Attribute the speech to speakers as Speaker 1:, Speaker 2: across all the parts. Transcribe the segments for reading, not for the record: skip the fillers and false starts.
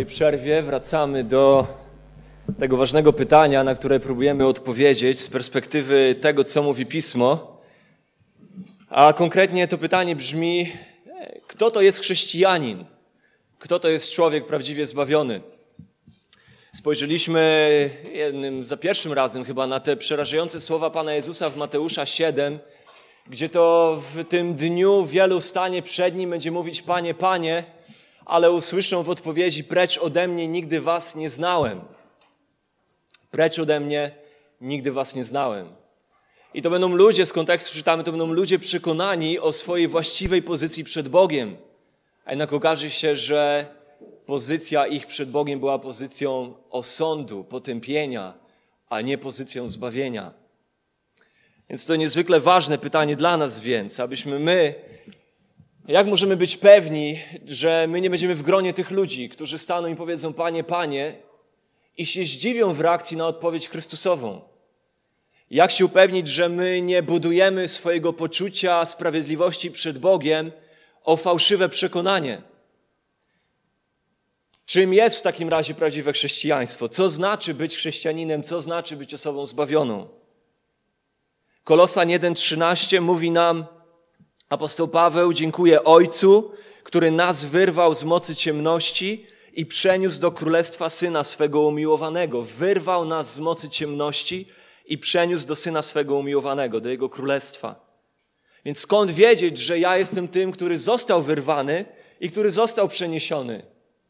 Speaker 1: dłuższej przerwie wracamy do tego ważnego pytania, na które próbujemy odpowiedzieć z perspektywy tego, co mówi Pismo. A konkretnie to pytanie brzmi, kto to jest chrześcijanin? Kto to jest człowiek prawdziwie zbawiony? Spojrzeliśmy za pierwszym razem chyba na te przerażające słowa Pana Jezusa w Mateusza 7, gdzie to w tym dniu wielu stanie przed Nim, będzie mówić: Panie, Panie, ale usłyszą w odpowiedzi: precz ode mnie, nigdy was nie znałem. Precz ode mnie, nigdy was nie znałem. I to będą ludzie, z kontekstu czytamy, to będą ludzie przekonani o swojej właściwej pozycji przed Bogiem. A jednak okaże się, że pozycja ich przed Bogiem była pozycją osądu, potępienia, a nie pozycją zbawienia. Więc to niezwykle ważne pytanie dla nas więc, abyśmy jak możemy być pewni, że my nie będziemy w gronie tych ludzi, którzy staną i powiedzą: Panie, Panie, i się zdziwią w reakcji na odpowiedź Chrystusową? Jak się upewnić, że my nie budujemy swojego poczucia sprawiedliwości przed Bogiem o fałszywe przekonanie? Czym jest w takim razie prawdziwe chrześcijaństwo? Co znaczy być chrześcijaninem? Co znaczy być osobą zbawioną? Kolosan 1:13 mówi nam apostoł Paweł: dziękuję Ojcu, który nas wyrwał z mocy ciemności i przeniósł do królestwa Syna swego umiłowanego. Wyrwał nas z mocy ciemności i przeniósł do Syna swego umiłowanego, do Jego królestwa. Więc skąd wiedzieć, że ja jestem tym, który został wyrwany i który został przeniesiony?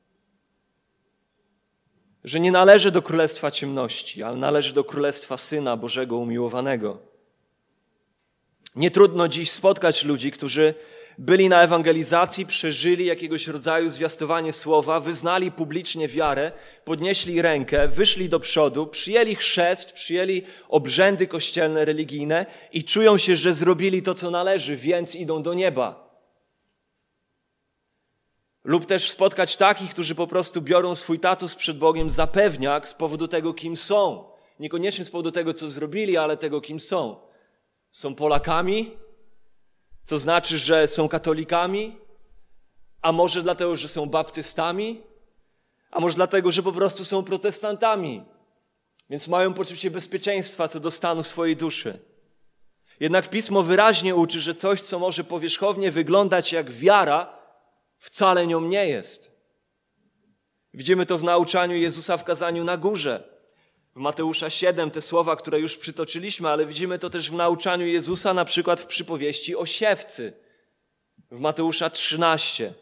Speaker 1: Że nie należy do królestwa ciemności, ale należy do królestwa Syna Bożego umiłowanego. Nie trudno dziś spotkać ludzi, którzy byli na ewangelizacji, przeżyli jakiegoś rodzaju zwiastowanie słowa, wyznali publicznie wiarę, podnieśli rękę, wyszli do przodu, przyjęli chrzest, przyjęli obrzędy kościelne, religijne i czują się, że zrobili to, co należy, więc idą do nieba. Lub też spotkać takich, którzy po prostu biorą swój status przed Bogiem za pewniak z powodu tego, kim są. Niekoniecznie z powodu tego, co zrobili, ale tego, kim są. Są Polakami, co znaczy, że są katolikami, a może dlatego, że są baptystami, a może dlatego, że po prostu są protestantami, więc mają poczucie bezpieczeństwa co do stanu swojej duszy. Jednak Pismo wyraźnie uczy, że coś, co może powierzchownie wyglądać jak wiara, wcale nią nie jest. Widzimy to w nauczaniu Jezusa w kazaniu na górze. W Mateusza 7 te słowa, które już przytoczyliśmy, ale widzimy to też w nauczaniu Jezusa, na przykład w przypowieści o siewcy. W Mateusza 13.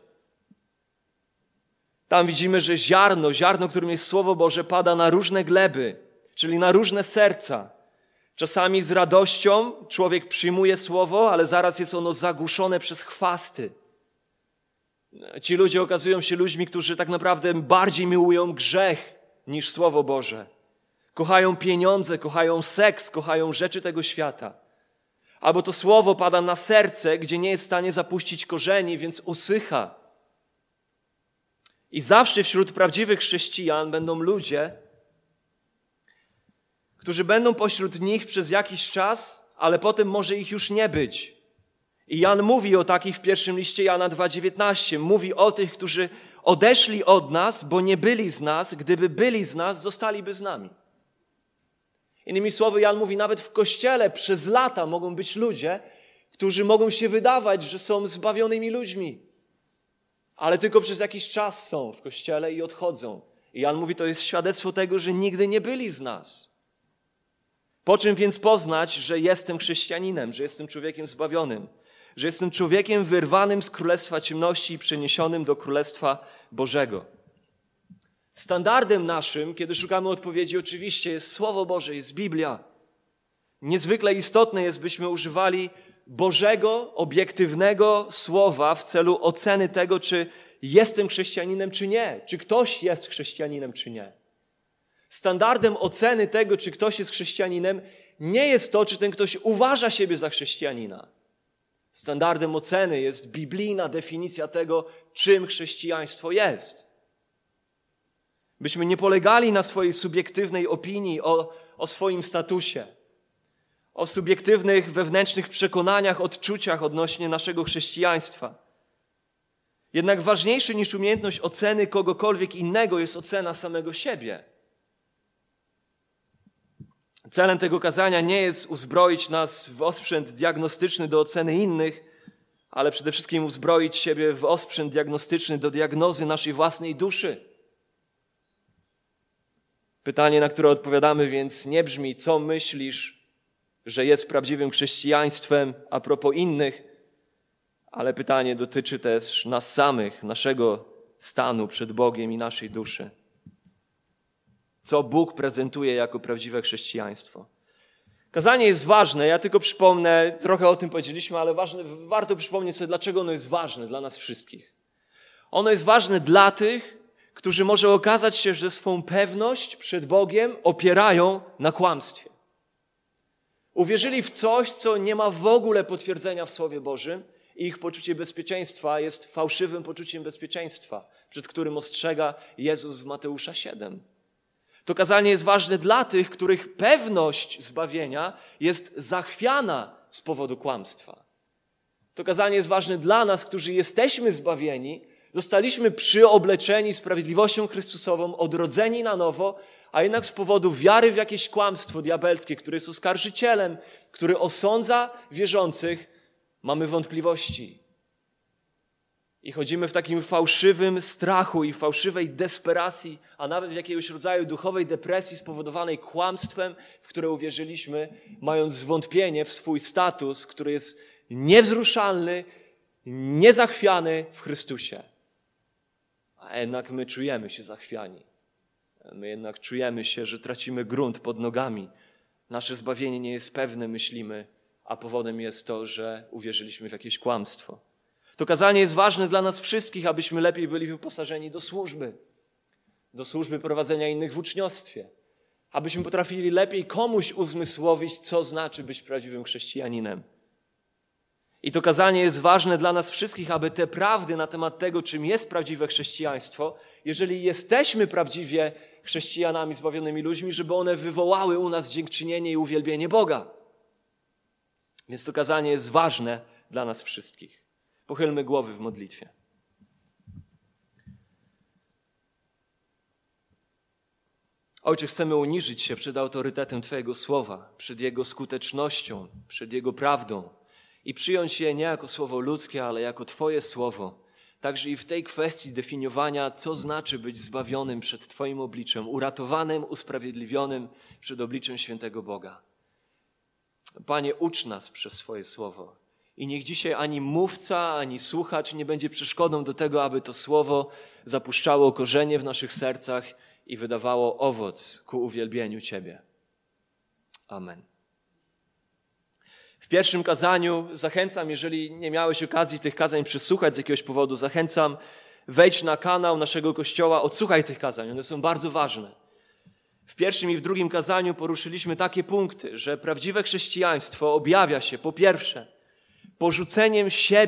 Speaker 1: Tam widzimy, że ziarno, którym jest Słowo Boże, pada na różne gleby, czyli na różne serca. Czasami z radością człowiek przyjmuje Słowo, ale zaraz jest ono zagłuszone przez chwasty. Ci ludzie okazują się ludźmi, którzy tak naprawdę bardziej miłują grzech niż Słowo Boże. Kochają pieniądze, kochają seks, kochają rzeczy tego świata. Albo to słowo pada na serce, gdzie nie jest w stanie zapuścić korzeni, więc usycha. I zawsze wśród prawdziwych chrześcijan będą ludzie, którzy będą pośród nich przez jakiś czas, ale potem może ich już nie być. I Jan mówi o takich w pierwszym liście Jana 2:19. Mówi o tych, którzy odeszli od nas, bo nie byli z nas. Gdyby byli z nas, zostaliby z nami. Innymi słowy, Jan mówi, nawet w Kościele przez lata mogą być ludzie, którzy mogą się wydawać, że są zbawionymi ludźmi, ale tylko przez jakiś czas są w Kościele i odchodzą. I Jan mówi, to jest świadectwo tego, że nigdy nie byli z nas. Po czym więc poznać, że jestem chrześcijaninem, że jestem człowiekiem zbawionym, że jestem człowiekiem wyrwanym z królestwa ciemności i przeniesionym do królestwa Bożego? Standardem naszym, kiedy szukamy odpowiedzi, oczywiście jest Słowo Boże, jest Biblia. Niezwykle istotne jest, byśmy używali Bożego, obiektywnego Słowa w celu oceny tego, czy jestem chrześcijaninem, czy nie. Czy ktoś jest chrześcijaninem, czy nie. Standardem oceny tego, czy ktoś jest chrześcijaninem, nie jest to, czy ten ktoś uważa siebie za chrześcijanina. Standardem oceny jest biblijna definicja tego, czym chrześcijaństwo jest. Byśmy nie polegali na swojej subiektywnej opinii o swoim statusie, o subiektywnych wewnętrznych przekonaniach, odczuciach odnośnie naszego chrześcijaństwa. Jednak ważniejszy niż umiejętność oceny kogokolwiek innego jest ocena samego siebie. Celem tego kazania nie jest uzbroić nas w osprzęt diagnostyczny do oceny innych, ale przede wszystkim uzbroić siebie w osprzęt diagnostyczny do diagnozy naszej własnej duszy. Pytanie, na które odpowiadamy więc nie brzmi, co myślisz, że jest prawdziwym chrześcijaństwem a propos innych, ale pytanie dotyczy też nas samych, naszego stanu przed Bogiem i naszej duszy. Co Bóg prezentuje jako prawdziwe chrześcijaństwo? Kazanie jest ważne, ja tylko przypomnę, trochę o tym powiedzieliśmy, ale warto przypomnieć sobie, dlaczego ono jest ważne dla nas wszystkich. Ono jest ważne dla tych, którzy może okazać się, że swą pewność przed Bogiem opierają na kłamstwie. Uwierzyli w coś, co nie ma w ogóle potwierdzenia w Słowie Bożym i ich poczucie bezpieczeństwa jest fałszywym poczuciem bezpieczeństwa, przed którym ostrzega Jezus w Mateusza 7. To kazanie jest ważne dla tych, których pewność zbawienia jest zachwiana z powodu kłamstwa. To kazanie jest ważne dla nas, którzy jesteśmy zbawieni, zostaliśmy przyobleczeni sprawiedliwością Chrystusową, odrodzeni na nowo, a jednak z powodu wiary w jakieś kłamstwo diabelskie, które jest oskarżycielem, który osądza wierzących, mamy wątpliwości. I chodzimy w takim fałszywym strachu i fałszywej desperacji, a nawet w jakiegoś rodzaju duchowej depresji spowodowanej kłamstwem, w które uwierzyliśmy, mając zwątpienie w swój status, który jest niewzruszalny, niezachwiany w Chrystusie. A jednak my czujemy się zachwiani. My jednak czujemy się, że tracimy grunt pod nogami. Nasze zbawienie nie jest pewne, myślimy, a powodem jest to, że uwierzyliśmy w jakieś kłamstwo. To kazanie jest ważne dla nas wszystkich, abyśmy lepiej byli wyposażeni do służby prowadzenia innych w uczniostwie, abyśmy potrafili lepiej komuś uzmysłowić, co znaczy być prawdziwym chrześcijaninem. I to kazanie jest ważne dla nas wszystkich, aby te prawdy na temat tego, czym jest prawdziwe chrześcijaństwo, jeżeli jesteśmy prawdziwie chrześcijanami, zbawionymi ludźmi, żeby one wywołały u nas dziękczynienie i uwielbienie Boga. Więc to kazanie jest ważne dla nas wszystkich. Pochylmy głowy w modlitwie. Ojcze, chcemy uniżyć się przed autorytetem Twojego słowa, przed Jego skutecznością, przed Jego prawdą i przyjąć je nie jako słowo ludzkie, ale jako Twoje słowo. Także i w tej kwestii definiowania, co znaczy być zbawionym przed Twoim obliczem, uratowanym, usprawiedliwionym przed obliczem świętego Boga. Panie, ucz nas przez swoje słowo i niech dzisiaj ani mówca, ani słuchacz nie będzie przeszkodą do tego, aby to słowo zapuszczało korzenie w naszych sercach i wydawało owoc ku uwielbieniu Ciebie. Amen. W pierwszym kazaniu zachęcam, jeżeli nie miałeś okazji tych kazań przesłuchać z jakiegoś powodu, zachęcam, wejdź na kanał naszego Kościoła, odsłuchaj tych kazań, one są bardzo ważne. W pierwszym i w drugim kazaniu poruszyliśmy takie punkty, że prawdziwe chrześcijaństwo objawia się po pierwsze porzuceniem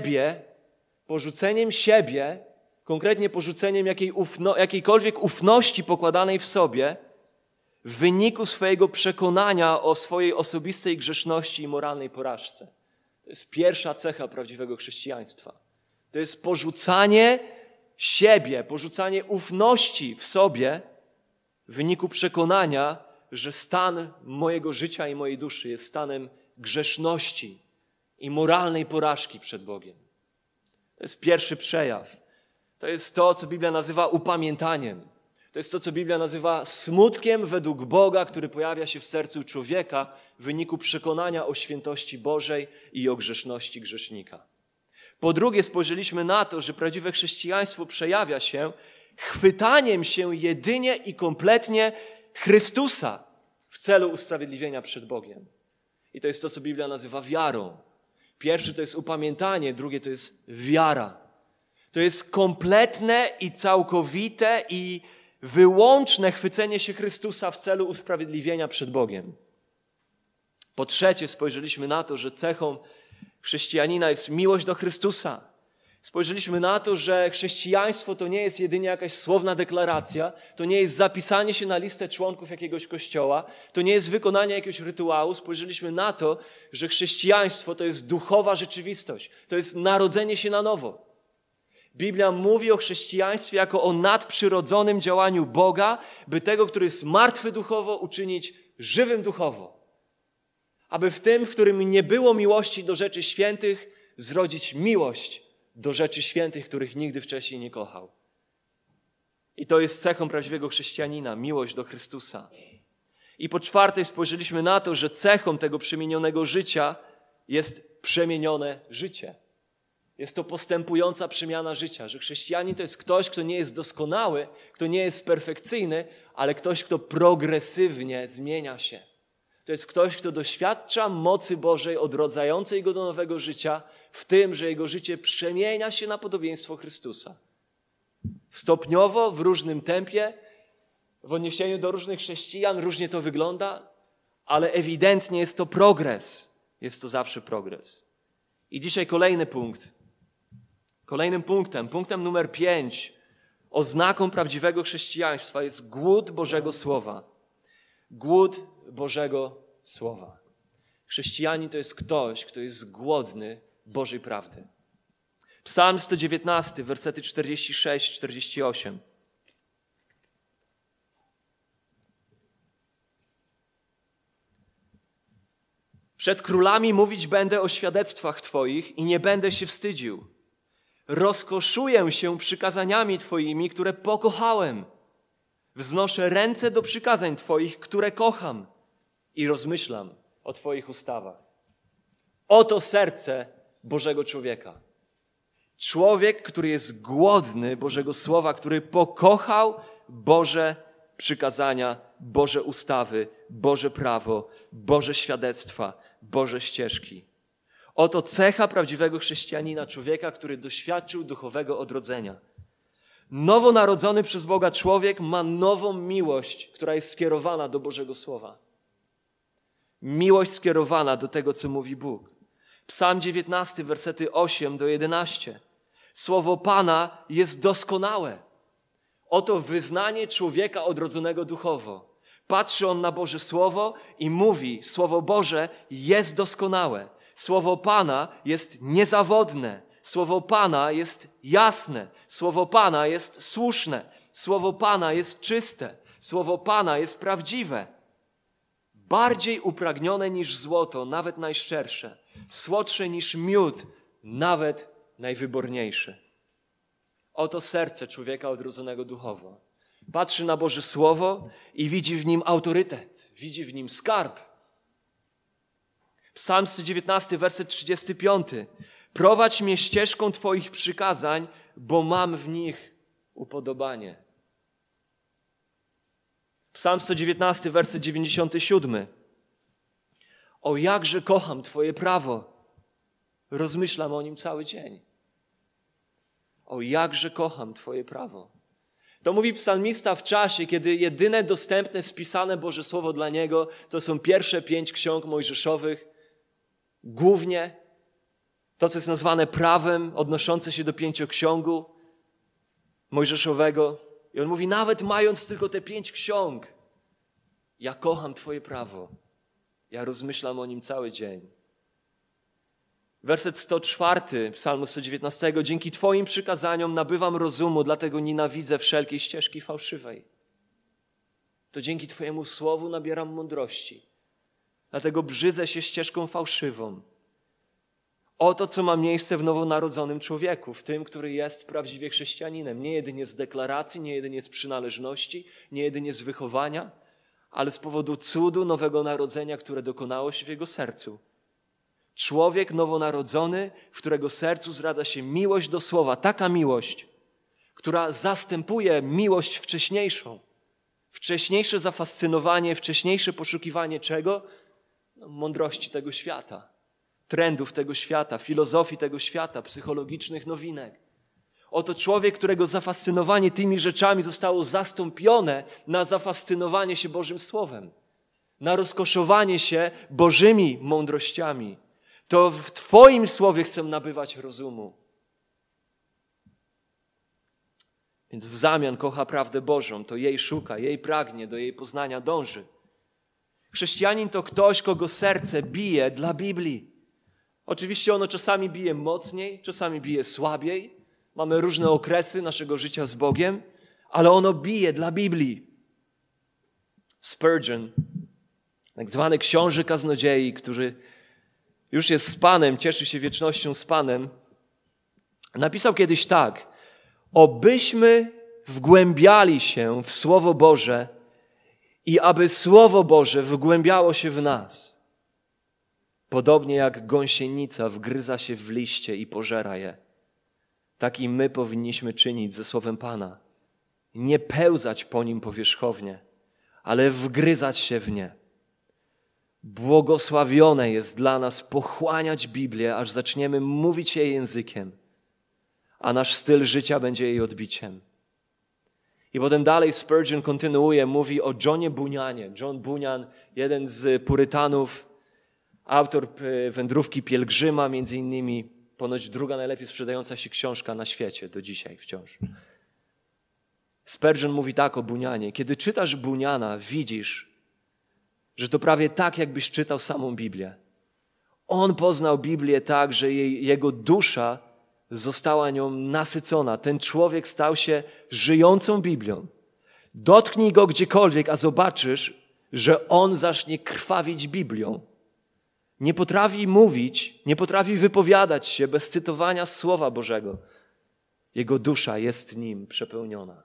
Speaker 1: siebie, konkretnie porzuceniem jakiejkolwiek ufności pokładanej w sobie w wyniku swojego przekonania o swojej osobistej grzeszności i moralnej porażce. To jest pierwsza cecha prawdziwego chrześcijaństwa. To jest porzucanie siebie, porzucanie ufności w sobie w wyniku przekonania, że stan mojego życia i mojej duszy jest stanem grzeszności i moralnej porażki przed Bogiem. To jest pierwszy przejaw. To jest to, co Biblia nazywa upamiętaniem. To jest to, co Biblia nazywa smutkiem według Boga, który pojawia się w sercu człowieka w wyniku przekonania o świętości Bożej i o grzeszności grzesznika. Po drugie, spojrzeliśmy na to, że prawdziwe chrześcijaństwo przejawia się chwytaniem się jedynie i kompletnie Chrystusa w celu usprawiedliwienia przed Bogiem. I to jest to, co Biblia nazywa wiarą. Pierwsze to jest upamiętanie, drugie to jest wiara. To jest kompletne i całkowite i wyłączne chwycenie się Chrystusa w celu usprawiedliwienia przed Bogiem. Po trzecie, spojrzeliśmy na to, że cechą chrześcijanina jest miłość do Chrystusa. Spojrzeliśmy na to, że chrześcijaństwo to nie jest jedynie jakaś słowna deklaracja, to nie jest zapisanie się na listę członków jakiegoś kościoła, to nie jest wykonanie jakiegoś rytuału. Spojrzeliśmy na to, że chrześcijaństwo to jest duchowa rzeczywistość, to jest narodzenie się na nowo. Biblia mówi o chrześcijaństwie jako o nadprzyrodzonym działaniu Boga, by tego, który jest martwy duchowo, uczynić żywym duchowo. Aby w tym, w którym nie było miłości do rzeczy świętych, zrodzić miłość do rzeczy świętych, których nigdy wcześniej nie kochał. I to jest cechą prawdziwego chrześcijanina, miłość do Chrystusa. I po czwarte spojrzeliśmy na to, że cechą tego przemienionego życia jest przemienione życie. Jest to postępująca przemiana życia, że chrześcijanin to jest ktoś, kto nie jest doskonały, kto nie jest perfekcyjny, ale ktoś, kto progresywnie zmienia się. To jest ktoś, kto doświadcza mocy Bożej odrodzającej go do nowego życia w tym, że jego życie przemienia się na podobieństwo Chrystusa. Stopniowo, w różnym tempie, w odniesieniu do różnych chrześcijan różnie to wygląda, ale ewidentnie jest to progres. Jest to zawsze progres. I dzisiaj kolejny punkt. Kolejnym punktem numer 5, oznaką prawdziwego chrześcijaństwa jest głód Bożego Słowa. Głód Bożego Słowa. Chrześcijanin to jest ktoś, kto jest głodny Bożej prawdy. Psalm 119, wersety 46-48. Przed królami mówić będę o świadectwach Twoich i nie będę się wstydził. Rozkoszuję się przykazaniami Twoimi, które pokochałem. Wznoszę ręce do przykazań Twoich, które kocham i rozmyślam o Twoich ustawach. Oto serce Bożego człowieka. Człowiek, który jest głodny Bożego Słowa, który pokochał Boże przykazania, Boże ustawy, Boże prawo, Boże świadectwa, Boże ścieżki. Oto cecha prawdziwego chrześcijanina, człowieka, który doświadczył duchowego odrodzenia. Nowonarodzony przez Boga człowiek ma nową miłość, która jest skierowana do Bożego Słowa. Miłość skierowana do tego, co mówi Bóg. Psalm 19, wersety 8-11. Słowo Pana jest doskonałe. Oto wyznanie człowieka odrodzonego duchowo. Patrzy on na Boże Słowo i mówi, Słowo Boże jest doskonałe. Słowo Pana jest niezawodne. Słowo Pana jest jasne. Słowo Pana jest słuszne. Słowo Pana jest czyste. Słowo Pana jest prawdziwe. Bardziej upragnione niż złoto, nawet najszczersze. Słodsze niż miód, nawet najwyborniejszy. Oto serce człowieka odrodzonego duchowo. Patrzy na Boże Słowo i widzi w nim autorytet, widzi w nim skarb. Psalm 119, werset 35. Prowadź mnie ścieżką Twoich przykazań, bo mam w nich upodobanie. Psalm 119, werset 97. O jakże kocham Twoje prawo. Rozmyślam o nim cały dzień. O jakże kocham Twoje prawo. To mówi psalmista w czasie, kiedy jedyne dostępne, spisane Boże Słowo dla niego to są pierwsze 5 ksiąg mojżeszowych. Głównie to, co jest nazwane prawem, odnoszące się do 5ksiągu mojżeszowego. I on mówi, nawet mając tylko te 5 ksiąg, ja kocham Twoje prawo. Ja rozmyślam o nim cały dzień. Werset 104 Psalmu 119. Dzięki Twoim przykazaniom nabywam rozumu, dlatego nienawidzę wszelkiej ścieżki fałszywej. To dzięki Twojemu słowu nabieram mądrości. Dlatego brzydzę się ścieżką fałszywą. Oto, co ma miejsce w nowonarodzonym człowieku, w tym, który jest prawdziwie chrześcijaninem. Nie jedynie z deklaracji, nie jedynie z przynależności, nie jedynie z wychowania, ale z powodu cudu nowego narodzenia, które dokonało się w jego sercu. Człowiek nowonarodzony, w którego sercu zradza się miłość do Słowa, taka miłość, która zastępuje miłość wcześniejszą. Wcześniejsze zafascynowanie, wcześniejsze poszukiwanie czego? Mądrości tego świata, trendów tego świata, filozofii tego świata, psychologicznych nowinek. Oto człowiek, którego zafascynowanie tymi rzeczami zostało zastąpione na zafascynowanie się Bożym Słowem, na rozkoszowanie się Bożymi mądrościami. To w Twoim Słowie chcę nabywać rozumu. Więc w zamian kocha prawdę Bożą, to jej szuka, jej pragnie, do jej poznania dąży. Chrześcijanin to ktoś, kogo serce bije dla Biblii. Oczywiście ono czasami bije mocniej, czasami bije słabiej, Mamy różne okresy naszego życia z Bogiem, ale ono bije dla Biblii. Spurgeon, tak zwany książę kaznodziei, który już jest z Panem, cieszy się wiecznością z Panem, napisał kiedyś tak: obyśmy wgłębiali się w Słowo Boże i aby Słowo Boże wgłębiało się w nas. Podobnie jak gąsienica wgryza się w liście i pożera je, tak i my powinniśmy czynić ze Słowem Pana. Nie pełzać po nim powierzchownie, ale wgryzać się w nie. Błogosławione jest dla nas pochłaniać Biblię, aż zaczniemy mówić jej językiem, a nasz styl życia będzie jej odbiciem. I potem dalej Spurgeon kontynuuje, mówi o Johnie Bunyanie. John Bunyan, jeden z purytanów, autor Wędrówki Pielgrzyma, między innymi, ponoć druga najlepiej sprzedająca się książka na świecie do dzisiaj wciąż. Spurgeon mówi tak o Bunyanie: kiedy czytasz Bunyana, widzisz, że to prawie tak, jakbyś czytał samą Biblię. On poznał Biblię tak, że jego dusza została nią nasycona. Ten człowiek stał się żyjącą Biblią. Dotknij go gdziekolwiek, a zobaczysz, że on zacznie krwawić Biblią. Nie potrafi mówić, nie potrafi wypowiadać się bez cytowania Słowa Bożego. Jego dusza jest nim przepełniona.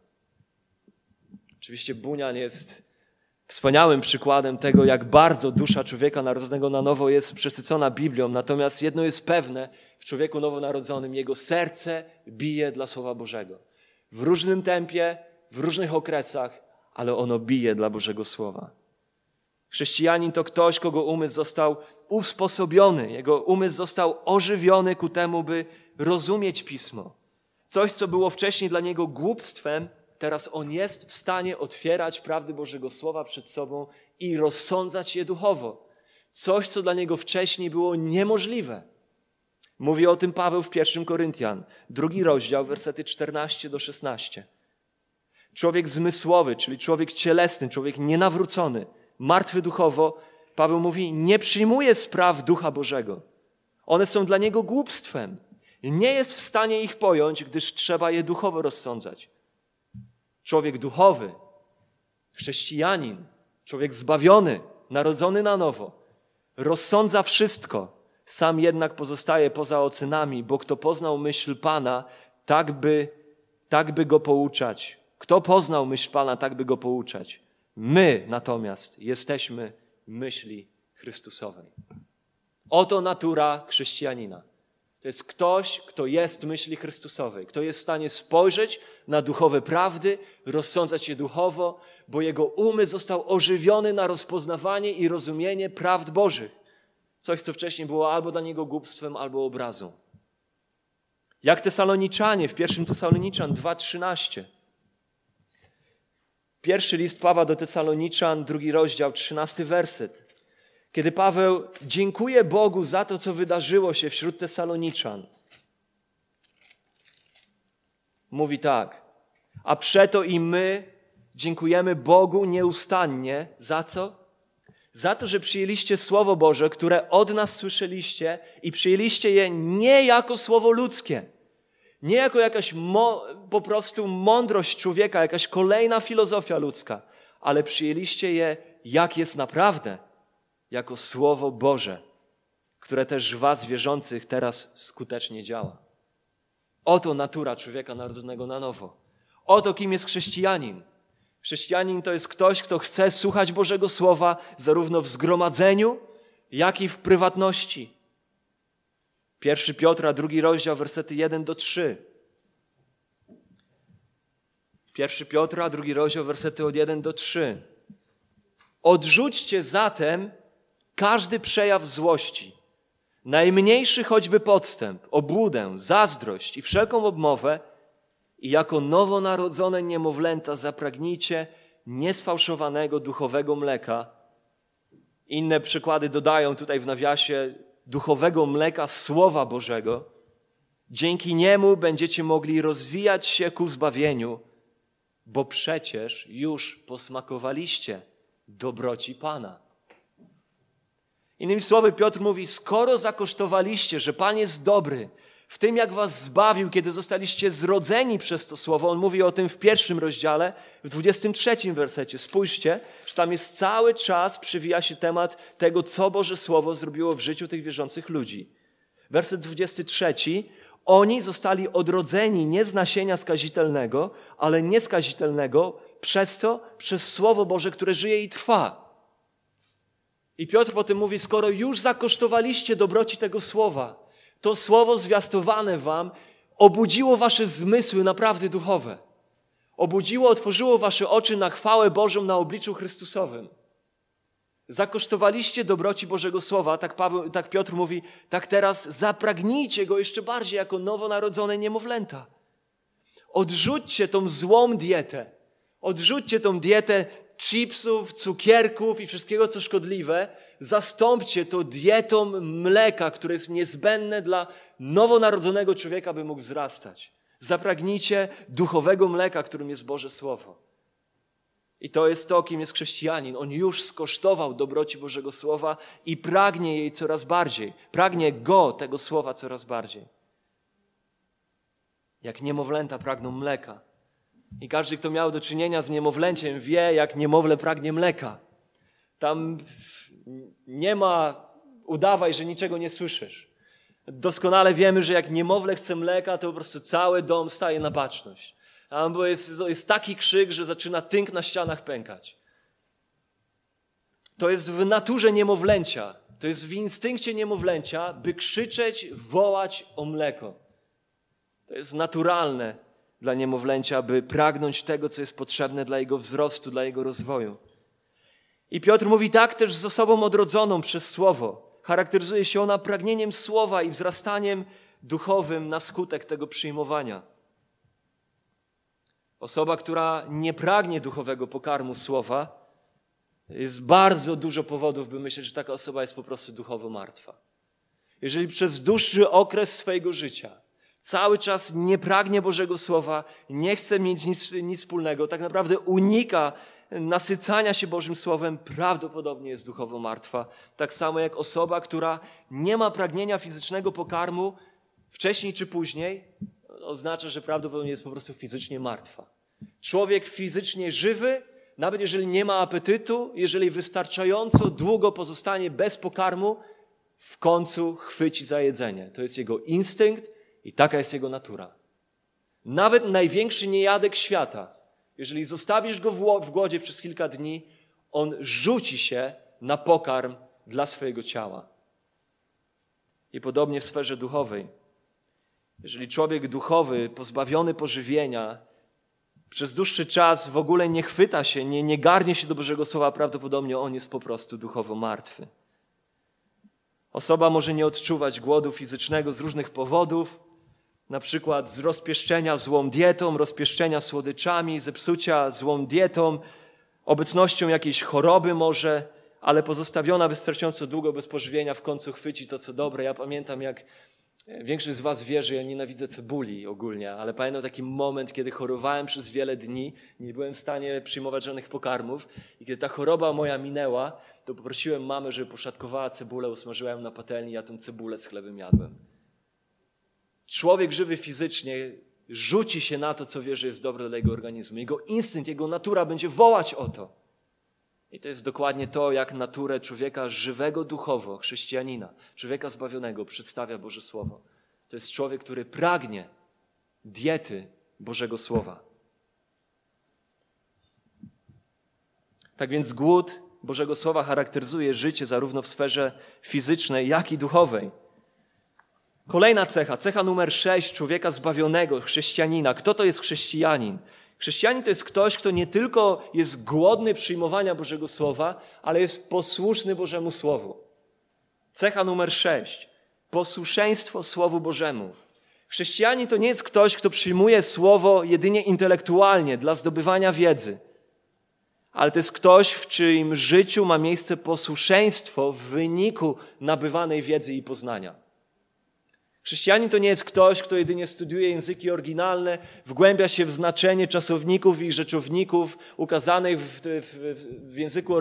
Speaker 1: Oczywiście Bunyan jest wspaniałym przykładem tego, jak bardzo dusza człowieka narodzonego na nowo jest przesycona Biblią. Natomiast jedno jest pewne, w człowieku nowonarodzonym jego serce bije dla Słowa Bożego. W różnym tempie, w różnych okresach, ale ono bije dla Bożego Słowa. Chrześcijanin to ktoś, kogo umysł został usposobiony, jego umysł został ożywiony ku temu, by rozumieć Pismo. Coś, co było wcześniej dla niego głupstwem, teraz on jest w stanie otwierać prawdy Bożego Słowa przed sobą i rozsądzać je duchowo. Coś, co dla niego wcześniej było niemożliwe. Mówi o tym Paweł w 1 Koryntian, 2 rozdział, wersety 14-16. Człowiek zmysłowy, czyli człowiek cielesny, człowiek nienawrócony, martwy duchowo, Paweł mówi, nie przyjmuje spraw Ducha Bożego. One są dla niego głupstwem. Nie jest w stanie ich pojąć, gdyż trzeba je duchowo rozsądzać. Człowiek duchowy, chrześcijanin, człowiek zbawiony, narodzony na nowo, rozsądza wszystko, sam jednak pozostaje poza ocenami, bo kto poznał myśl Pana, tak by go pouczać. Kto poznał myśl Pana, tak by go pouczać. My natomiast jesteśmy myśli Chrystusowej. Oto natura chrześcijanina. To jest ktoś, kto jest myśli Chrystusowej, kto jest w stanie spojrzeć na duchowe prawdy, rozsądzać je duchowo, bo jego umysł został ożywiony na rozpoznawanie i rozumienie prawd Bożych. Coś, co wcześniej było albo dla niego głupstwem, albo obrazą. Jak Tesaloniczanie w 1 Tesaloniczan 2:13. Pierwszy list Pawła do Tesaloniczan, 2 rozdział, 13 werset. Kiedy Paweł dziękuje Bogu za to, co wydarzyło się wśród Tesaloniczan. Mówi tak: a przeto i my dziękujemy Bogu nieustannie. Za co? Za to, że przyjęliście Słowo Boże, które od nas słyszeliście i przyjęliście je nie jako słowo ludzkie, nie jako jakaś po prostu mądrość człowieka, jakaś kolejna filozofia ludzka, ale przyjęliście je, jak jest naprawdę, jako Słowo Boże, które też w was wierzących teraz skutecznie działa. Oto natura człowieka narodzonego na nowo. Oto kim jest chrześcijanin. Chrześcijanin to jest ktoś, kto chce słuchać Bożego Słowa zarówno w zgromadzeniu, jak i w prywatności. 1 Piotra, 2 rozdział, wersety 1-3. 1 Piotra, 2 rozdział, wersety od 1-3. Odrzućcie zatem każdy przejaw złości, najmniejszy choćby podstęp, obłudę, zazdrość i wszelką obmowę i jako nowonarodzone niemowlęta zapragnijcie niesfałszowanego duchowego mleka. Inne przykłady dodają tutaj w nawiasie duchowego mleka Słowa Bożego. Dzięki niemu będziecie mogli rozwijać się ku zbawieniu, bo przecież już posmakowaliście dobroci Pana. Innymi słowy, Piotr mówi, skoro zakosztowaliście, że Pan jest dobry, w tym, jak was zbawił, kiedy zostaliście zrodzeni przez to słowo. On mówi o tym w 1 rozdziale, w 23 wersecie. Spójrzcie, że tam jest cały czas, przewija się temat tego, co Boże Słowo zrobiło w życiu tych wierzących ludzi. Werset 23. Oni zostali odrodzeni nie z nasienia skazitelnego, ale nieskazitelnego, przez co? Przez Słowo Boże, które żyje i trwa. I Piotr potem mówi, skoro już zakosztowaliście dobroci tego Słowa, to Słowo zwiastowane wam obudziło wasze zmysły naprawdę duchowe. Obudziło, otworzyło wasze oczy na chwałę Bożą na obliczu Chrystusowym. Zakosztowaliście dobroci Bożego Słowa, tak Piotr mówi, tak teraz zapragnijcie Go jeszcze bardziej jako nowonarodzone niemowlęta. Odrzućcie tą złą dietę. Odrzućcie tą dietę chipsów, cukierków i wszystkiego, co szkodliwe. Zastąpcie to dietą mleka, które jest niezbędne dla nowonarodzonego człowieka, by mógł wzrastać. Zapragnijcie duchowego mleka, którym jest Boże Słowo. I to jest to, kim jest chrześcijanin. On już skosztował dobroci Bożego Słowa i pragnie jej coraz bardziej. Pragnie Go, tego Słowa, coraz bardziej. Jak niemowlęta pragną mleka. I każdy, kto miał do czynienia z niemowlęciem, wie, jak niemowlę pragnie mleka. Tam nie ma udawaj, że niczego nie słyszysz. Doskonale wiemy, że jak niemowlę chce mleka, to po prostu cały dom staje na baczność. Bo jest taki krzyk, że zaczyna tynk na ścianach pękać. To jest w naturze niemowlęcia. To jest w instynkcie niemowlęcia, by krzyczeć, wołać o mleko. To jest naturalne dla niemowlęcia, by pragnąć tego, co jest potrzebne dla jego wzrostu, dla jego rozwoju. I Piotr mówi tak też z osobą odrodzoną przez Słowo. Charakteryzuje się ona pragnieniem Słowa i wzrastaniem duchowym na skutek tego przyjmowania. Osoba, która nie pragnie duchowego pokarmu Słowa, jest bardzo dużo powodów, by myśleć, że taka osoba jest po prostu duchowo martwa. Jeżeli przez dłuższy okres swojego życia cały czas nie pragnie Bożego Słowa, nie chce mieć nic wspólnego, tak naprawdę unika nasycania się Bożym Słowem, prawdopodobnie jest duchowo martwa. Tak samo jak osoba, która nie ma pragnienia fizycznego pokarmu wcześniej czy później, oznacza, że prawdopodobnie jest po prostu fizycznie martwa. Człowiek fizycznie żywy, nawet jeżeli nie ma apetytu, jeżeli wystarczająco długo pozostanie bez pokarmu, w końcu chwyci za jedzenie. To jest jego instynkt i taka jest jego natura. Nawet największy niejadek świata, jeżeli zostawisz go w głodzie przez kilka dni, on rzuci się na pokarm dla swojego ciała. I podobnie w sferze duchowej. Jeżeli człowiek duchowy, pozbawiony pożywienia, przez dłuższy czas w ogóle nie chwyta się, nie garnie się do Bożego Słowa, prawdopodobnie on jest po prostu duchowo martwy. Osoba może nie odczuwać głodu fizycznego z różnych powodów, na przykład z rozpieszczenia złą dietą, rozpieszczenia słodyczami, zepsucia złą dietą, obecnością jakiejś choroby może, ale pozostawiona wystarczająco długo bez pożywienia w końcu chwyci to, co dobre. Ja pamiętam, jak większość z was wie, że ja nienawidzę cebuli ogólnie, ale pamiętam taki moment, kiedy chorowałem przez wiele dni, nie byłem w stanie przyjmować żadnych pokarmów i kiedy ta choroba moja minęła, to poprosiłem mamę, żeby poszatkowała cebulę, usmażyła ją na patelni, ja tę cebulę z chlebem jadłem. Człowiek żywy fizycznie rzuci się na to, co wie, że jest dobre dla jego organizmu. Jego instynkt, jego natura będzie wołać o to. I to jest dokładnie to, jak naturę człowieka żywego duchowo, chrześcijanina, człowieka zbawionego przedstawia Boże Słowo. To jest człowiek, który pragnie diety Bożego Słowa. Tak więc głód Bożego Słowa charakteryzuje życie zarówno w sferze fizycznej, jak i duchowej. Kolejna cecha numer 6 człowieka zbawionego, chrześcijanina. Kto to jest chrześcijanin? Chrześcijanin to jest ktoś, kto nie tylko jest głodny przyjmowania Bożego Słowa, ale jest posłuszny Bożemu Słowu. Cecha numer 6. Posłuszeństwo Słowu Bożemu. Chrześcijanin to nie jest ktoś, kto przyjmuje Słowo jedynie intelektualnie, dla zdobywania wiedzy. Ale to jest ktoś, w czyim życiu ma miejsce posłuszeństwo w wyniku nabywanej wiedzy i poznania. Chrześcijanin to nie jest ktoś, kto jedynie studiuje języki oryginalne, wgłębia się w znaczenie czasowników i rzeczowników ukazanych w języku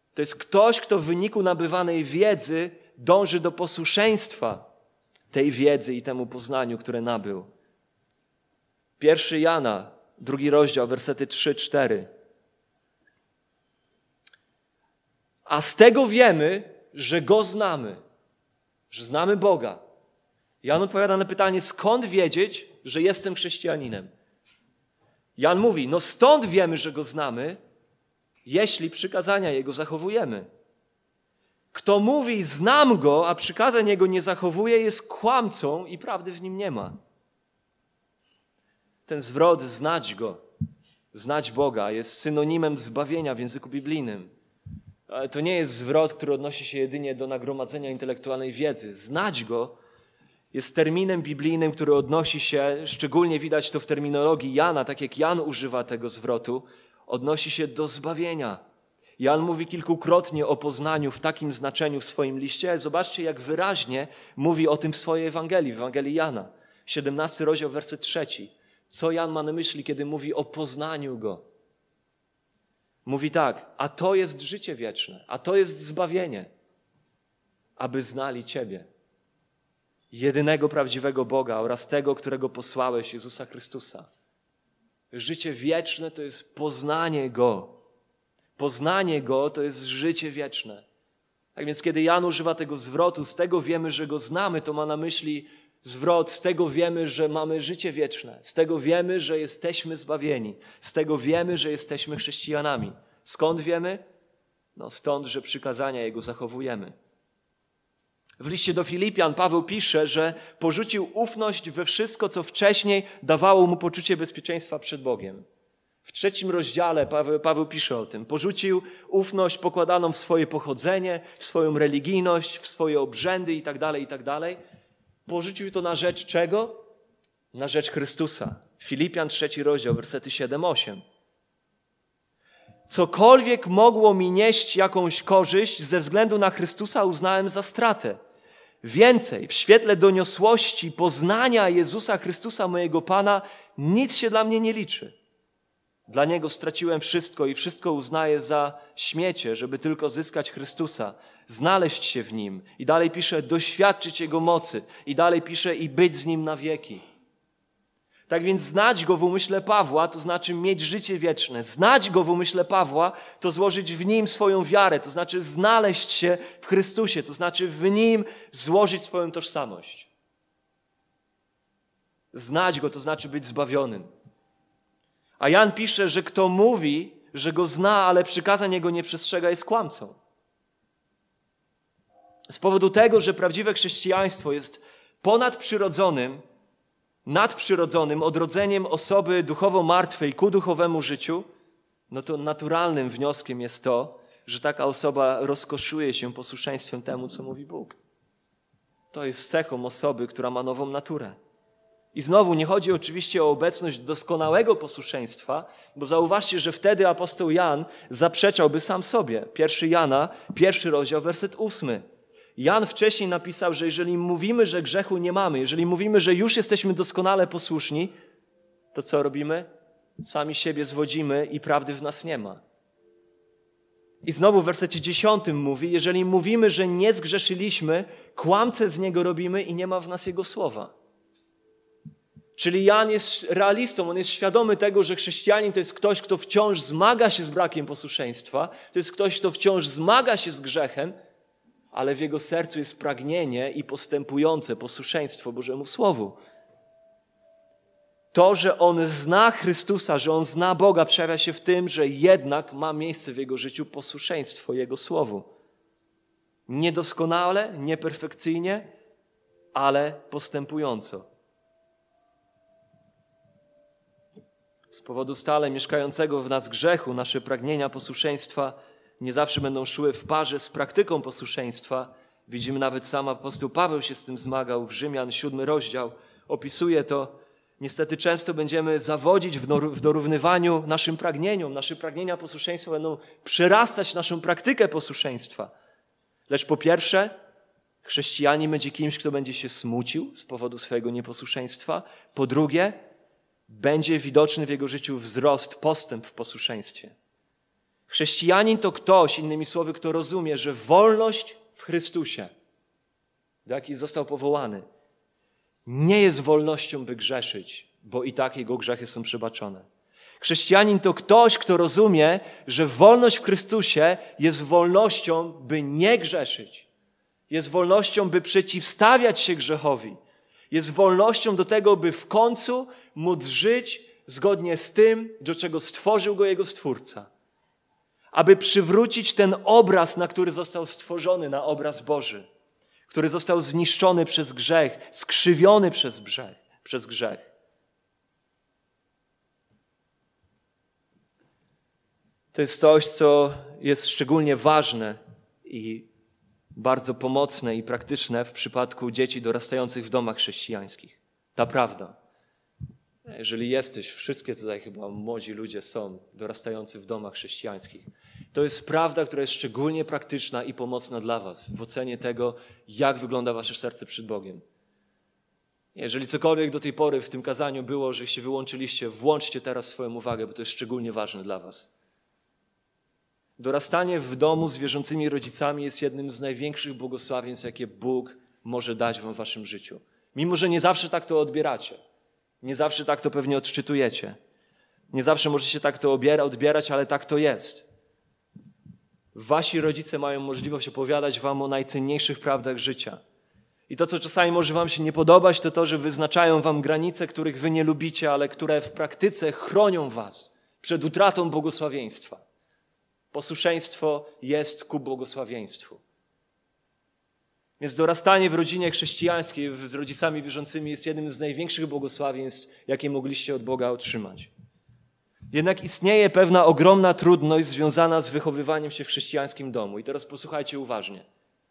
Speaker 1: To jest ktoś, kto w wyniku nabywanej wiedzy dąży do posłuszeństwa tej wiedzy i temu poznaniu, które nabył. 1 Jana, 2 rozdział, wersety 3-4. A z tego wiemy, że Go znamy, że znamy Boga. Jan odpowiada na pytanie, skąd wiedzieć, że jestem chrześcijaninem? Jan mówi, no stąd wiemy, że Go znamy, jeśli przykazania Jego zachowujemy. Kto mówi, znam Go, a przykazań Jego nie zachowuje, jest kłamcą i prawdy w nim nie ma. Ten zwrot znać Go, znać Boga jest synonimem zbawienia w języku biblijnym. Ale to nie jest zwrot, który odnosi się jedynie do nagromadzenia intelektualnej wiedzy. Znać Go jest terminem biblijnym, który odnosi się, szczególnie widać to w terminologii Jana, tak jak Jan używa tego zwrotu, odnosi się do zbawienia. Jan mówi kilkukrotnie o poznaniu w takim znaczeniu w swoim liście. Zobaczcie, jak wyraźnie mówi o tym w swojej Ewangelii, w Ewangelii Jana. 17 rozdział, werset 3. Co Jan ma na myśli, kiedy mówi o poznaniu Go? Mówi tak, a to jest życie wieczne, a to jest zbawienie, aby znali Ciebie, jedynego prawdziwego Boga oraz tego, którego posłałeś, Jezusa Chrystusa. Życie wieczne to jest poznanie Go. Poznanie Go to jest życie wieczne. Tak więc kiedy Jan używa tego zwrotu, z tego wiemy, że Go znamy, to ma na myśli zwrot, z tego wiemy, że mamy życie wieczne. Z tego wiemy, że jesteśmy zbawieni. Z tego wiemy, że jesteśmy chrześcijanami. Skąd wiemy? No stąd, że przykazania Jego zachowujemy. W liście do Filipian Paweł pisze, że porzucił ufność we wszystko, co wcześniej dawało mu poczucie bezpieczeństwa przed Bogiem. W 3 rozdziale Paweł pisze o tym. Porzucił ufność pokładaną w swoje pochodzenie, w swoją religijność, w swoje obrzędy itd., itd. Porzucił to na rzecz czego? Na rzecz Chrystusa. Filipian 3 rozdział, wersety 7-8. Cokolwiek mogło mi nieść jakąś korzyść, ze względu na Chrystusa uznałem za stratę. Więcej, w świetle doniosłości poznania Jezusa Chrystusa, mojego Pana, nic się dla mnie nie liczy. Dla Niego straciłem wszystko i wszystko uznaję za śmiecie, żeby tylko zyskać Chrystusa, znaleźć się w Nim. I dalej pisze, doświadczyć Jego mocy. I dalej pisze, i być z Nim na wieki. Tak więc znać Go w umyśle Pawła, to znaczy mieć życie wieczne. Znać Go w umyśle Pawła, to złożyć w Nim swoją wiarę, to znaczy znaleźć się w Chrystusie, to znaczy w Nim złożyć swoją tożsamość. Znać Go, to znaczy być zbawionym. A Jan pisze, że kto mówi, że Go zna, ale przykazań Jego nie przestrzega, jest kłamcą. Z powodu tego, że prawdziwe chrześcijaństwo jest ponadprzyrodzonym, nadprzyrodzonym odrodzeniem osoby duchowo martwej ku duchowemu życiu, no to naturalnym wnioskiem jest to, że taka osoba rozkoszuje się posłuszeństwem temu, co mówi Bóg. To jest cechą osoby, która ma nową naturę. I znowu nie chodzi oczywiście o obecność doskonałego posłuszeństwa, bo zauważcie, że wtedy apostoł Jan zaprzeczałby sam sobie. 1 Jana, 1 rozdział, werset 8. Jan wcześniej napisał, że jeżeli mówimy, że grzechu nie mamy, jeżeli mówimy, że już jesteśmy doskonale posłuszni, to co robimy? Sami siebie zwodzimy i prawdy w nas nie ma. I znowu w wersecie 10 mówi, jeżeli mówimy, że nie zgrzeszyliśmy, kłamcę z Niego robimy i nie ma w nas Jego słowa. Czyli Jan jest realistą, on jest świadomy tego, że chrześcijanin to jest ktoś, kto wciąż zmaga się z brakiem posłuszeństwa, to jest ktoś, kto wciąż zmaga się z grzechem, ale w jego sercu jest pragnienie i postępujące posłuszeństwo Bożemu Słowu. To, że on zna Chrystusa, że on zna Boga, przejawia się w tym, że jednak ma miejsce w jego życiu posłuszeństwo Jego Słowu. Niedoskonale, nieperfekcyjnie, ale postępująco. Z powodu stale mieszkającego w nas grzechu nasze pragnienia posłuszeństwa nie zawsze będą szły w parze z praktyką posłuszeństwa. Widzimy, nawet sam apostoł Paweł się z tym zmagał. W Rzymian 7 rozdział opisuje to. Niestety często będziemy zawodzić w dorównywaniu naszym pragnieniom. Nasze pragnienia posłuszeństwa będą przerastać naszą praktykę posłuszeństwa. Lecz po pierwsze, chrześcijanin będzie kimś, kto będzie się smucił z powodu swojego nieposłuszeństwa. Po drugie, będzie widoczny w jego życiu wzrost, postęp w posłuszeństwie. Chrześcijanin to ktoś, innymi słowy, kto rozumie, że wolność w Chrystusie, do jakiej został powołany, nie jest wolnością, by grzeszyć, bo i tak jego grzechy są przebaczone. Chrześcijanin to ktoś, kto rozumie, że wolność w Chrystusie jest wolnością, by nie grzeszyć. Jest wolnością, by przeciwstawiać się grzechowi. Jest wolnością do tego, by w końcu móc żyć zgodnie z tym, do czego stworzył go jego Stwórca. Aby przywrócić ten obraz, na który został stworzony, na obraz Boży, który został zniszczony przez grzech, skrzywiony przez grzech. To jest coś, co jest szczególnie ważne i bardzo pomocne i praktyczne w przypadku dzieci dorastających w domach chrześcijańskich. Ta prawda. Jeżeli jesteś, wszystkie tutaj chyba młodzi ludzie są dorastający w domach chrześcijańskich, to jest prawda, która jest szczególnie praktyczna i pomocna dla was w ocenie tego, jak wygląda wasze serce przed Bogiem. Jeżeli cokolwiek do tej pory w tym kazaniu było, żeście wyłączyliście, włączcie teraz swoją uwagę, bo to jest szczególnie ważne dla was. Dorastanie w domu z wierzącymi rodzicami jest jednym z największych błogosławieństw, jakie Bóg może dać wam w waszym życiu. Mimo że nie zawsze tak to odbieracie. Nie zawsze tak to pewnie odczytujecie. Nie zawsze możecie tak to odbierać, ale tak to jest. Wasi rodzice mają możliwość opowiadać wam o najcenniejszych prawdach życia. I to, co czasami może wam się nie podobać, to to, że wyznaczają wam granice, których wy nie lubicie, ale które w praktyce chronią was przed utratą błogosławieństwa. Posłuszeństwo jest ku błogosławieństwu. Więc dorastanie w rodzinie chrześcijańskiej z rodzicami wierzącymi jest jednym z największych błogosławieństw, jakie mogliście od Boga otrzymać. Jednak istnieje pewna ogromna trudność związana z wychowywaniem się w chrześcijańskim domu. I teraz posłuchajcie uważnie.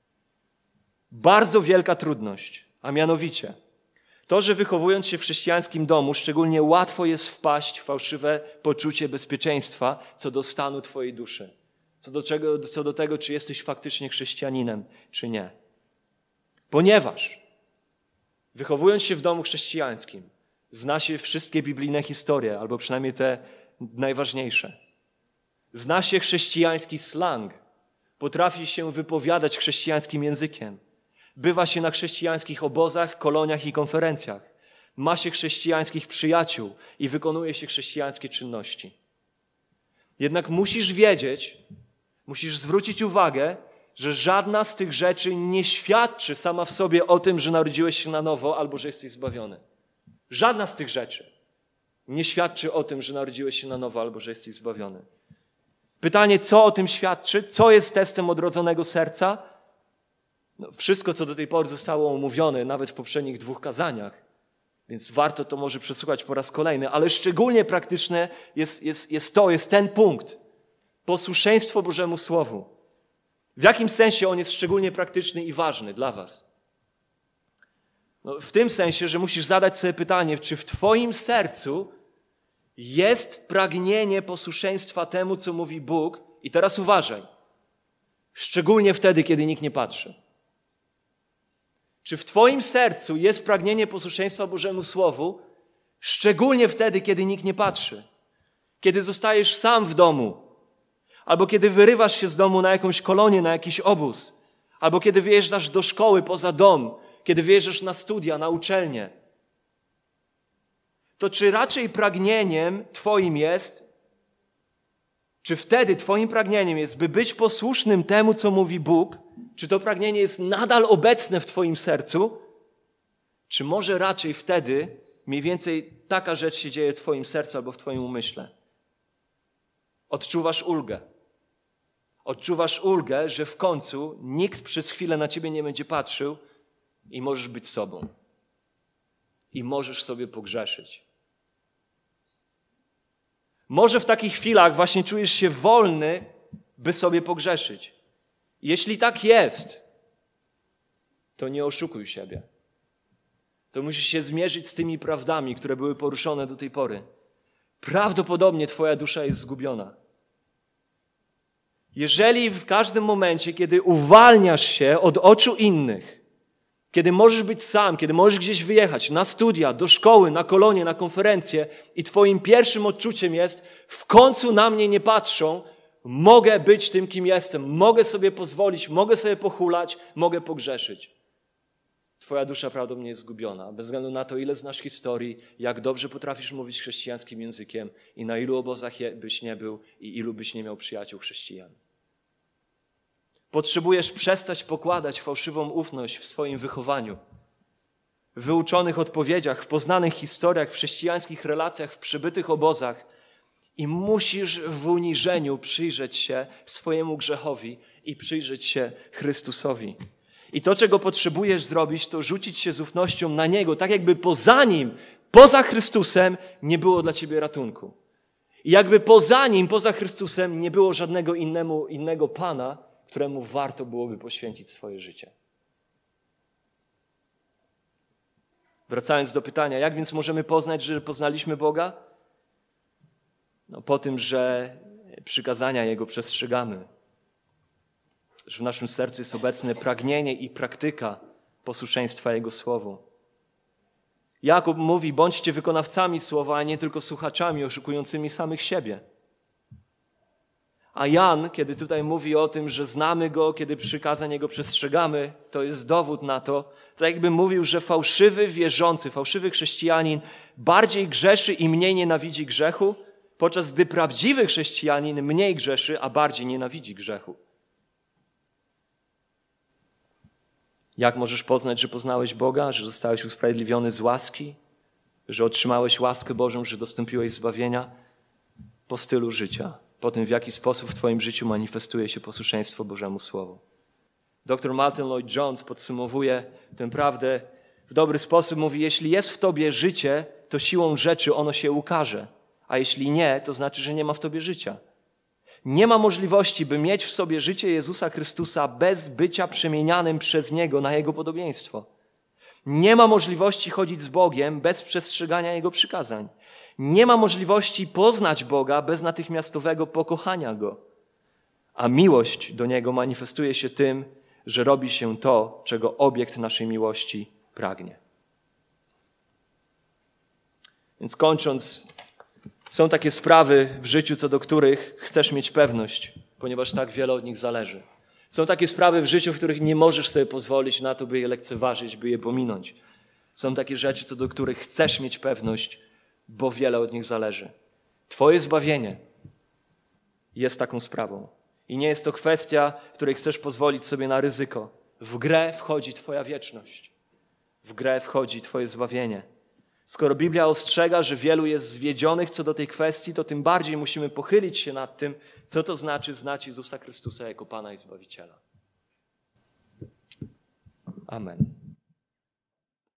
Speaker 1: Bardzo wielka trudność, a mianowicie to, że wychowując się w chrześcijańskim domu, szczególnie łatwo jest wpaść w fałszywe poczucie bezpieczeństwa co do stanu twojej duszy. Co do tego, czy jesteś faktycznie chrześcijaninem, czy nie. Ponieważ wychowując się w domu chrześcijańskim, zna się wszystkie biblijne historie, albo przynajmniej te najważniejsze. Zna się chrześcijański slang, potrafi się wypowiadać chrześcijańskim językiem. Bywa się na chrześcijańskich obozach, koloniach i konferencjach. Ma się chrześcijańskich przyjaciół i wykonuje się chrześcijańskie czynności. Jednak musisz wiedzieć, musisz zwrócić uwagę, że żadna z tych rzeczy nie świadczy sama w sobie o tym, że narodziłeś się na nowo albo że jesteś zbawiony. Żadna z tych rzeczy nie świadczy o tym, że narodziłeś się na nowo albo że jesteś zbawiony. Pytanie, co o tym świadczy? Co jest testem odrodzonego serca? No, wszystko, co do tej pory zostało omówione, nawet w poprzednich 2 kazaniach, więc warto to może przesłuchać po raz kolejny, ale szczególnie praktyczne jest ten punkt. Posłuszeństwo Bożemu Słowu. W jakim sensie on jest szczególnie praktyczny i ważny dla was? No, w tym sensie, że musisz zadać sobie pytanie, czy w twoim sercu jest pragnienie posłuszeństwa temu, co mówi Bóg. I teraz uważaj. Szczególnie wtedy, kiedy nikt nie patrzy. Czy w twoim sercu jest pragnienie posłuszeństwa Bożemu Słowu, szczególnie wtedy, kiedy nikt nie patrzy? Kiedy zostajesz sam w domu, albo kiedy wyrywasz się z domu na jakąś kolonię, na jakiś obóz, albo kiedy wyjeżdżasz do szkoły poza dom, kiedy wyjeżdżasz na studia, na uczelnię, to czy raczej pragnieniem twoim jest, czy wtedy twoim pragnieniem jest, by być posłusznym temu, co mówi Bóg, czy to pragnienie jest nadal obecne w twoim sercu, czy może raczej wtedy mniej więcej taka rzecz się dzieje w twoim sercu albo w twoim umyśle. Odczuwasz ulgę. Odczuwasz ulgę, że w końcu nikt przez chwilę na ciebie nie będzie patrzył i możesz być sobą. I możesz sobie pogrzeszyć. Może w takich chwilach właśnie czujesz się wolny, by sobie pogrzeszyć. Jeśli tak jest, to nie oszukuj siebie. To musisz się zmierzyć z tymi prawdami, które były poruszone do tej pory. Prawdopodobnie twoja dusza jest zgubiona. Jeżeli w każdym momencie, kiedy uwalniasz się od oczu innych, kiedy możesz być sam, kiedy możesz gdzieś wyjechać na studia, do szkoły, na kolonię, na konferencję i twoim pierwszym odczuciem jest, w końcu na mnie nie patrzą, mogę być tym, kim jestem, mogę sobie pozwolić, mogę sobie pochulać, mogę pogrzeszyć. Twoja dusza prawdopodobnie jest zgubiona, bez względu na to, ile znasz historii, jak dobrze potrafisz mówić chrześcijańskim językiem i na ilu obozach byś nie był i ilu byś nie miał przyjaciół chrześcijan. Potrzebujesz przestać pokładać fałszywą ufność w swoim wychowaniu, w wyuczonych odpowiedziach, w poznanych historiach, w chrześcijańskich relacjach, w przebytych obozach i musisz w uniżeniu przyjrzeć się swojemu grzechowi i przyjrzeć się Chrystusowi. I to, czego potrzebujesz zrobić, to rzucić się z ufnością na Niego, tak jakby poza Nim, poza Chrystusem nie było dla ciebie ratunku. I jakby poza Nim, poza Chrystusem nie było żadnego innego Pana, któremu warto byłoby poświęcić swoje życie. Wracając do pytania, jak więc możemy poznać, że poznaliśmy Boga? No, po tym, że przykazania Jego przestrzegamy. Że w naszym sercu jest obecne pragnienie i praktyka posłuszeństwa Jego Słowu. Jakub mówi, bądźcie wykonawcami Słowa, a nie tylko słuchaczami oszukującymi samych siebie. A Jan, kiedy tutaj mówi o tym, że znamy Go, kiedy przykazań Jego przestrzegamy, to jest dowód na to, tak jakby mówił, że fałszywy wierzący, fałszywy chrześcijanin bardziej grzeszy i mniej nienawidzi grzechu, podczas gdy prawdziwy chrześcijanin mniej grzeszy, a bardziej nienawidzi grzechu. Jak możesz poznać, że poznałeś Boga, że zostałeś usprawiedliwiony z łaski, że otrzymałeś łaskę Bożą, że dostąpiłeś zbawienia? Po stylu życia, po tym, w jaki sposób w twoim życiu manifestuje się posłuszeństwo Bożemu Słowu. Dr Martin Lloyd-Jones podsumowuje tę prawdę w dobry sposób. Mówi, jeśli jest w tobie życie, to siłą rzeczy ono się ukaże, a jeśli nie, to znaczy, że nie ma w tobie życia. Nie ma możliwości, by mieć w sobie życie Jezusa Chrystusa bez bycia przemienianym przez Niego na Jego podobieństwo. Nie ma możliwości chodzić z Bogiem bez przestrzegania Jego przykazań. Nie ma możliwości poznać Boga bez natychmiastowego pokochania Go. A miłość do Niego manifestuje się tym, że robi się to, czego obiekt naszej miłości pragnie. Więc kończąc, są takie sprawy w życiu, co do których chcesz mieć pewność, ponieważ tak wiele od nich zależy. Są takie sprawy w życiu, w których nie możesz sobie pozwolić na to, by je lekceważyć, by je pominąć. Są takie rzeczy, co do których chcesz mieć pewność, bo wiele od nich zależy. Twoje zbawienie jest taką sprawą. I nie jest to kwestia, w której chcesz pozwolić sobie na ryzyko. W grę wchodzi twoja wieczność. W grę wchodzi twoje zbawienie. Skoro Biblia ostrzega, że wielu jest zwiedzionych co do tej kwestii, to tym bardziej musimy pochylić się nad tym, co to znaczy znać Jezusa Chrystusa jako Pana i Zbawiciela. Amen.